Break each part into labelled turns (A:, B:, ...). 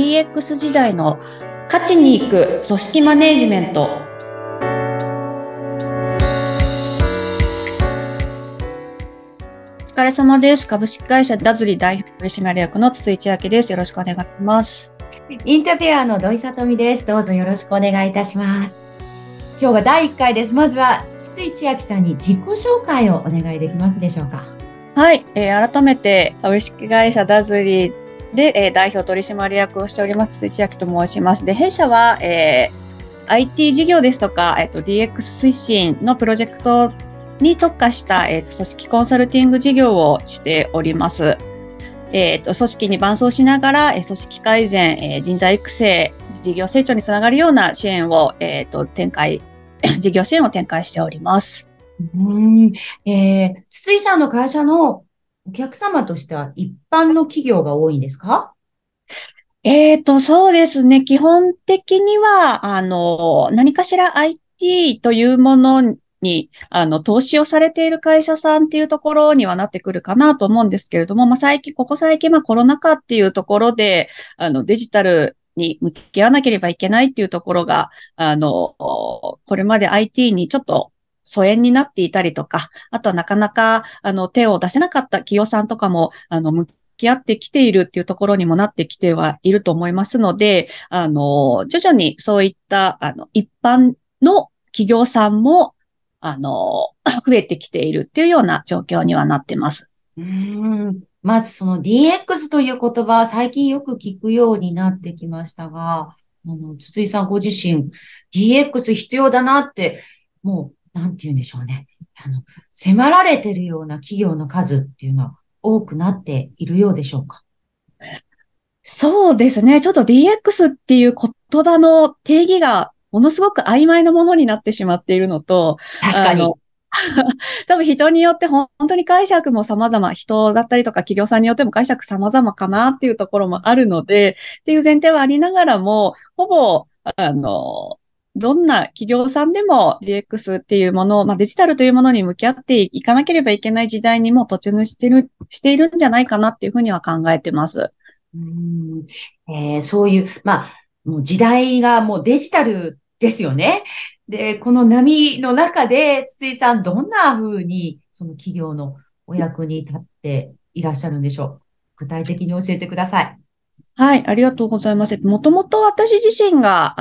A: DX 時代の勝ちに行く組織マネジメント。お疲れ様です。株式会社ダズリ代表取締役の筒井千明です。よろしくお願いします。
B: インタビュアーの土井さとみです。どうぞよろしくお願いいたします。今日が第1回です。まずは筒井千明さんに自己紹介をお願いできますでしょうか。
A: はい、改めて株式会社ダズリで、代表取締役をしております筒井千明と申します。で、弊社は、IT 事業ですとか、DX 推進のプロジェクトに特化した、組織コンサルティング事業をしております。組織に伴走しながら、組織改善、人材育成、事業成長につながるような支援を、事業支援を展開しております。
B: 筒井さんの会社のお客様としては一般の企業が多いんですか？
A: そうですね。基本的には、何かしら IT というものに、投資をされている会社さんっていうところにはなってくるかなと思うんですけれども、ここ最近、コロナ禍っていうところで、デジタルに向き合わなければいけないっていうところが、これまで IT にちょっと疎遠になっていたりとか、あとはなかなか、手を出せなかった企業さんとかも、向き合ってきているっていうところにもなってきてはいると思いますので、徐々にそういった、一般の企業さんも、増えてきているっていうような状況にはなってます。
B: まずその DX という言葉、最近よく聞くようになってきましたが、筒井さんご自身、DX 必要だなって、もう、なんて言うんでしょうね。迫られてるような企業の数っていうのは多くなっているようでしょうか？
A: そうですね。ちょっと DX っていう言葉の定義がものすごく曖昧なものになってしまっているのと、
B: 確かに。
A: あの、多分人によって本当に解釈も様々、人だったりとか企業さんによっても解釈様々かなっていうところもあるので、っていう前提はありながらも、ほぼ、どんな企業さんでも DX っていうものを、デジタルというものに向き合っていかなければいけない時代にもう突入しているんじゃないかなっていうふうには考えてます。
B: うん、そういう、もう時代がもうデジタルですよね。で、この波の中で、筒井さん、どんな風に、その企業のお役に立っていらっしゃるんでしょう？具体的に教えてください。
A: はい、ありがとうございます。もともと私自身が、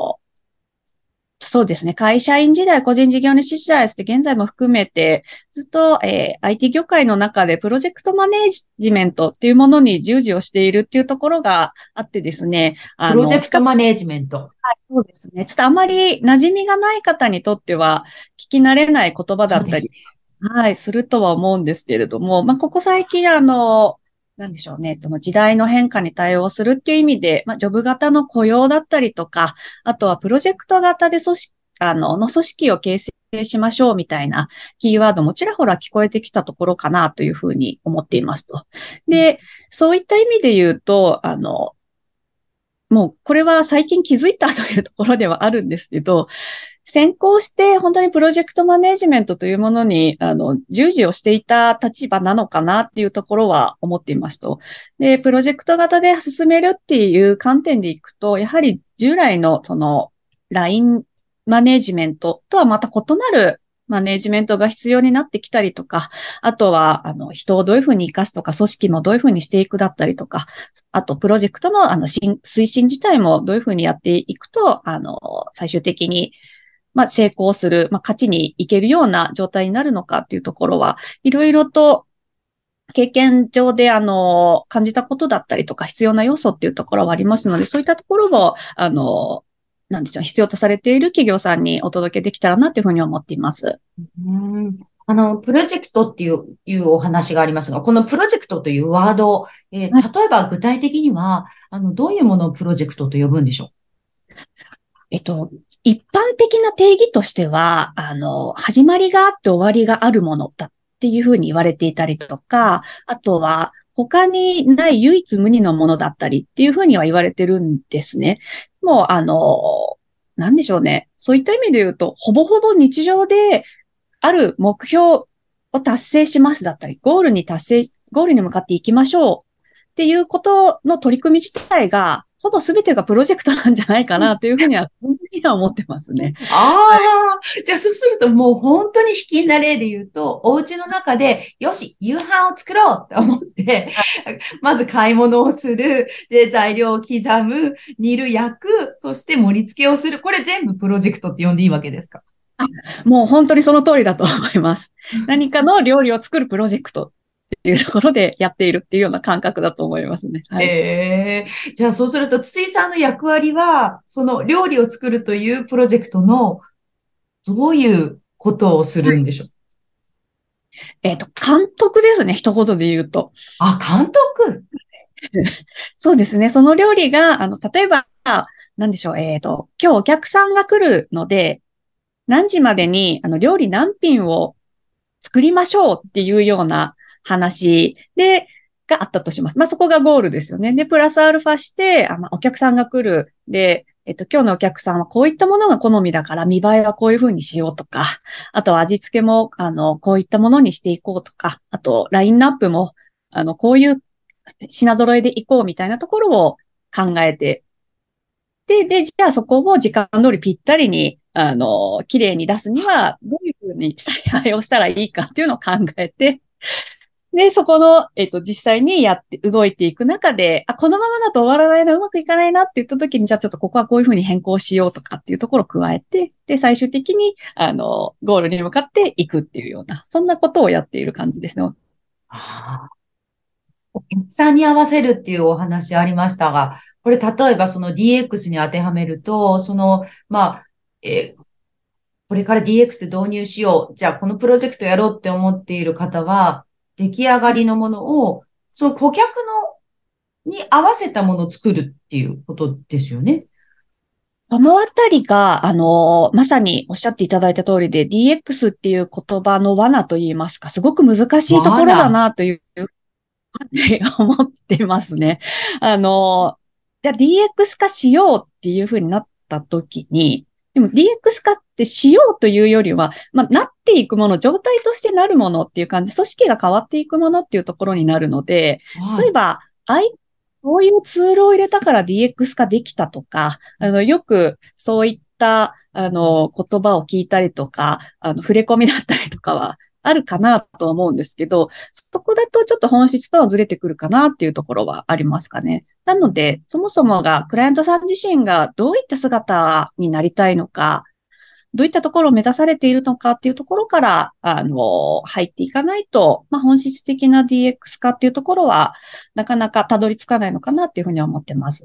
A: そうですね。会社員時代、個人事業主時代って現在も含めて、ずっと、IT 業界の中でプロジェクトマネジメントっていうものに従事をしているっていうところがあってですね、
B: プロジェクトマネージメント。
A: そうですね。ちょっとあまり馴染みがない方にとっては聞き慣れない言葉だったり、
B: そうですね。
A: はい、するとは思うんですけれども、ここ最近、なんでしょうね、その時代の変化に対応するっていう意味で、ジョブ型の雇用だったりとか、あとはプロジェクト型で組織を形成しましょうみたいなキーワードもちらほら聞こえてきたところかなというふうに思っていますと。で、そういった意味で言うと、もうこれは最近気づいたというところではあるんですけど、先行して本当にプロジェクトマネジメントというものに、従事をしていた立場なのかなっていうところは思っていますと。で、プロジェクト型で進めるっていう観点でいくと、やはり従来のそのラインマネジメントとはまた異なるマネジメントが必要になってきたりとか、あとは、人をどういうふうに活かすとか、組織もどういうふうにしていくだったりとか、あと、プロジェクトの、推進自体もどういうふうにやっていくと、最終的に、成功する、勝ちにいけるような状態になるのかっていうところは、いろいろと経験上で、感じたことだったりとか、必要な要素っていうところはありますので、そういったところを、なんでしょう、必要とされている企業さんにお届けできたらなというふうに思っています。
B: プロジェクトっていうお話がありますが、このプロジェクトというワード、
A: はい。
B: 例えば具体的には、どういうものをプロジェクトと呼ぶんでしょ
A: えっと、一般的な定義としては、始まりがあって終わりがあるものだっていうふうに言われていたりとか、あとは他にない唯一無二のものだったりっていうふうには言われてるんですね。もう、なんでしょうね。そういった意味で言うと、ほぼほぼ日常である目標を達成しますだったり、ゴールに向かっていきましょうっていうことの取り組み自体がほぼ全てがプロジェクトなんじゃないかなというふうには、本当には思ってますね。
B: あ
A: はい。
B: あ、じゃあそうするともう本当に卑近な例で言うと、お家の中で、よし、夕飯を作ろうって思って、まず買い物をする、で、材料を刻む、煮る、焼く、そして盛り付けをする。これ全部プロジェクトって呼んでいいわけですか？
A: あ、もう本当にその通りだと思います。何かの料理を作るプロジェクトっていうところでやっているっていうような感覚だと思いますね。はい。
B: ええ、じゃあそうすると、筒井さんの役割は、その料理を作るというプロジェクトのどういうことをするんでしょう？
A: 監督ですね、一言で言うと。
B: あ、監督。
A: そうですね。その料理が、例えば、なんでしょう、今日お客さんが来るので、何時までに、料理何品を作りましょうっていうような話で、があったとします。まあ、そこがゴールですよね。で、プラスアルファして、まあ、お客さんが来る。で、今日のお客さんはこういったものが好みだから、見栄えはこういうふうにしようとか、あとは味付けも、こういったものにしていこうとか、あと、ラインナップも、こういう品揃えでいこうみたいなところを考えて、で、じゃあそこを時間通りぴったりに、綺麗に出すには、どういうふうに采配をしたらいいかっていうのを考えて、で、そこの、実際にやって、動いていく中で、このままだと終わらないな、うまくいかないなって言った時に、じゃあちょっとここはこういうふうに変更しようとかっていうところを加えて、で、最終的に、ゴールに向かっていくっていうような、そんなことをやっている感じですね。
B: ああ、お客さんに合わせるっていうお話ありましたが、これ例えばその DX に当てはめると、まあ、これから DX 導入しよう。じゃあこのプロジェクトやろうって思っている方は、出来上がりのものを、その顧客に合わせたものを作るっていうことですよね。
A: そのあたりが、まさにおっしゃっていただいた通りで、DX っていう言葉の罠といいますか、すごく難しいところだ
B: わな。
A: なという思ってますね。じゃあ DX 化しようっていうふうになった時に、でも DX 化ってしようというよりは、まあ、なっていくもの、状態としてなるものっていう感じ、組織が変わっていくものっていうところになるので、
B: はい。
A: 例えば、こういうツールを入れたから DX 化できたとか、よくそういった、言葉を聞いたりとか、触れ込みだったりとかはあるかなと思うんですけど、そこだとちょっと本質とはずれてくるかなっていうところはありますかね。なので、そもそもがクライアントさん自身がどういった姿になりたいのか、どういったところを目指されているのかっていうところから、入っていかないと、まあ、本質的な DX 化っていうところは、なかなかたどり着かないのかなっていうふうには思ってます。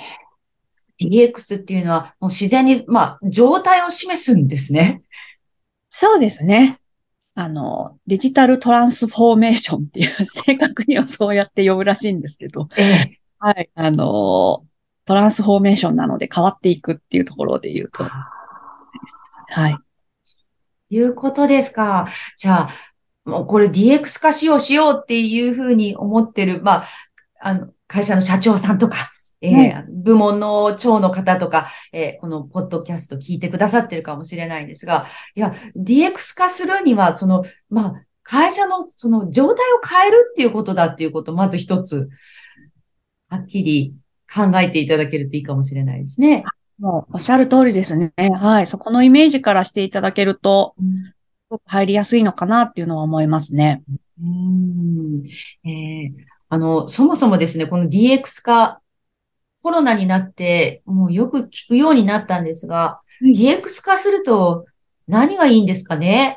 B: DX っていうのはもう自然に、状態を示すんですね。
A: そうですね。デジタルトランスフォーメーションっていう、正確にはそうやって呼ぶらしいんですけど、
B: ええ。
A: はい。トランスフォーメーションなので変わっていくっていうところで言うと、はい。
B: いうことですか。じゃあ、もうこれ DX 化しようっていうふうに思ってる、会社の社長さんとか、
A: はい。
B: 部門の長の方とか、このポッドキャスト聞いてくださってるかもしれないんですが、いや、DX 化するには、会社のその状態を変えるっていうことだっていうことをまず一つ、はっきり考えていただけるといいかもしれないですね。
A: もうおっしゃる通りですね。はい。そこのイメージからしていただけると、
B: うん。
A: すごく入りやすいのかなっていうのは思いますね。
B: うーん。そもそもですね、この DX 化、コロナになって、もうよく聞くようになったんですが、
A: はい。
B: DX 化すると何がいいんですかね？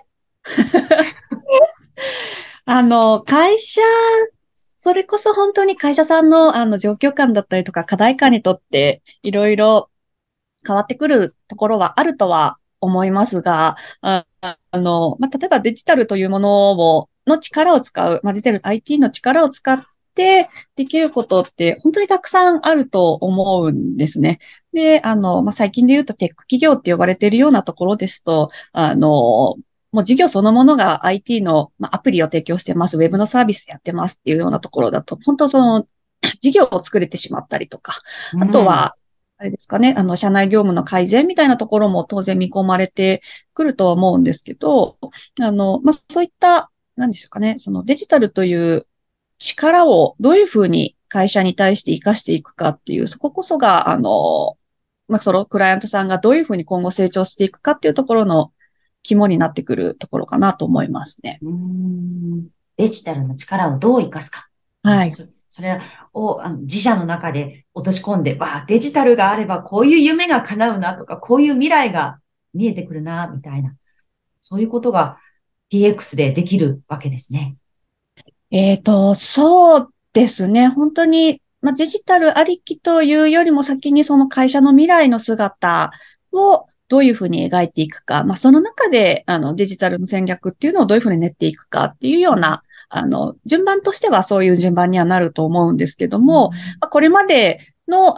A: 会社、それこそ本当に会社さんの、状況感だったりとか課題感にとって、いろいろ変わってくるところはあるとは思いますが、まあ、例えばデジタルというものの力を使う、まあ、デジタル IT の力を使ってできることって本当にたくさんあると思うんですね。で、まあ、最近で言うとテック企業って呼ばれているようなところですと、もう事業そのものが IT の、まあ、アプリを提供してます、ウェブのサービスやってますっていうようなところだと、本当その事業を作れてしまったりとか、
B: うん。
A: あとは、あれですかね、社内業務の改善みたいなところも当然見込まれてくるとは思うんですけど、まあ、そういった、なんでしょうかね、そのデジタルという力をどういうふうに会社に対して活かしていくかっていう、そここそが、そのクライアントさんがどういうふうに今後成長していくかっていうところの肝になってくるところかなと思いますね。
B: デジタルの力をどう活かすか。
A: はい。
B: それを自社の中で落とし込んで、デジタルがあればこういう夢が叶うなとか、こういう未来が見えてくるな、みたいな。そういうことが DX でできるわけですね。
A: そうですね。本当に、デジタルありきというよりも先にその会社の未来の姿をどういうふうに描いていくか、その中で、デジタルの戦略っていうのをどういうふうに練っていくかっていうような、順番としてはそういう順番にはなると思うんですけども、これまでの、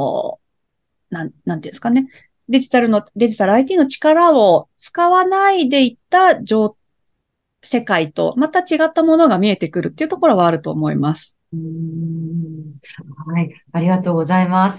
A: なんていうんですかね。デジタル IT の力を使わないでいった世界とまた違ったものが見えてくるっていうところはあると思います。
B: はい、ありがとうございます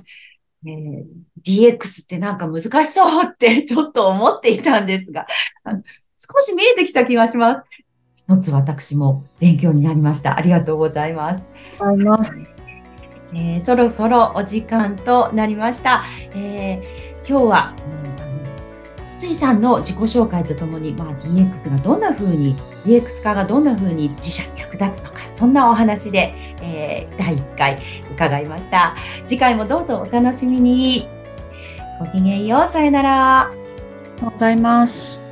B: 。DX ってなんか難しそうってちょっと思っていたんですが、少し見えてきた気がします。一つ私も勉強になりました。ありがとうございます。
A: あります。
B: そろそろお時間となりました。今日は、筒井さんの自己紹介とともに、DX がどんな風に、DX 化がどんな風に自社に役立つのか、そんなお話で、第1回伺いました。次回もどうぞお楽しみに。ごきげんよう、さよなら。
A: ありがとうございます。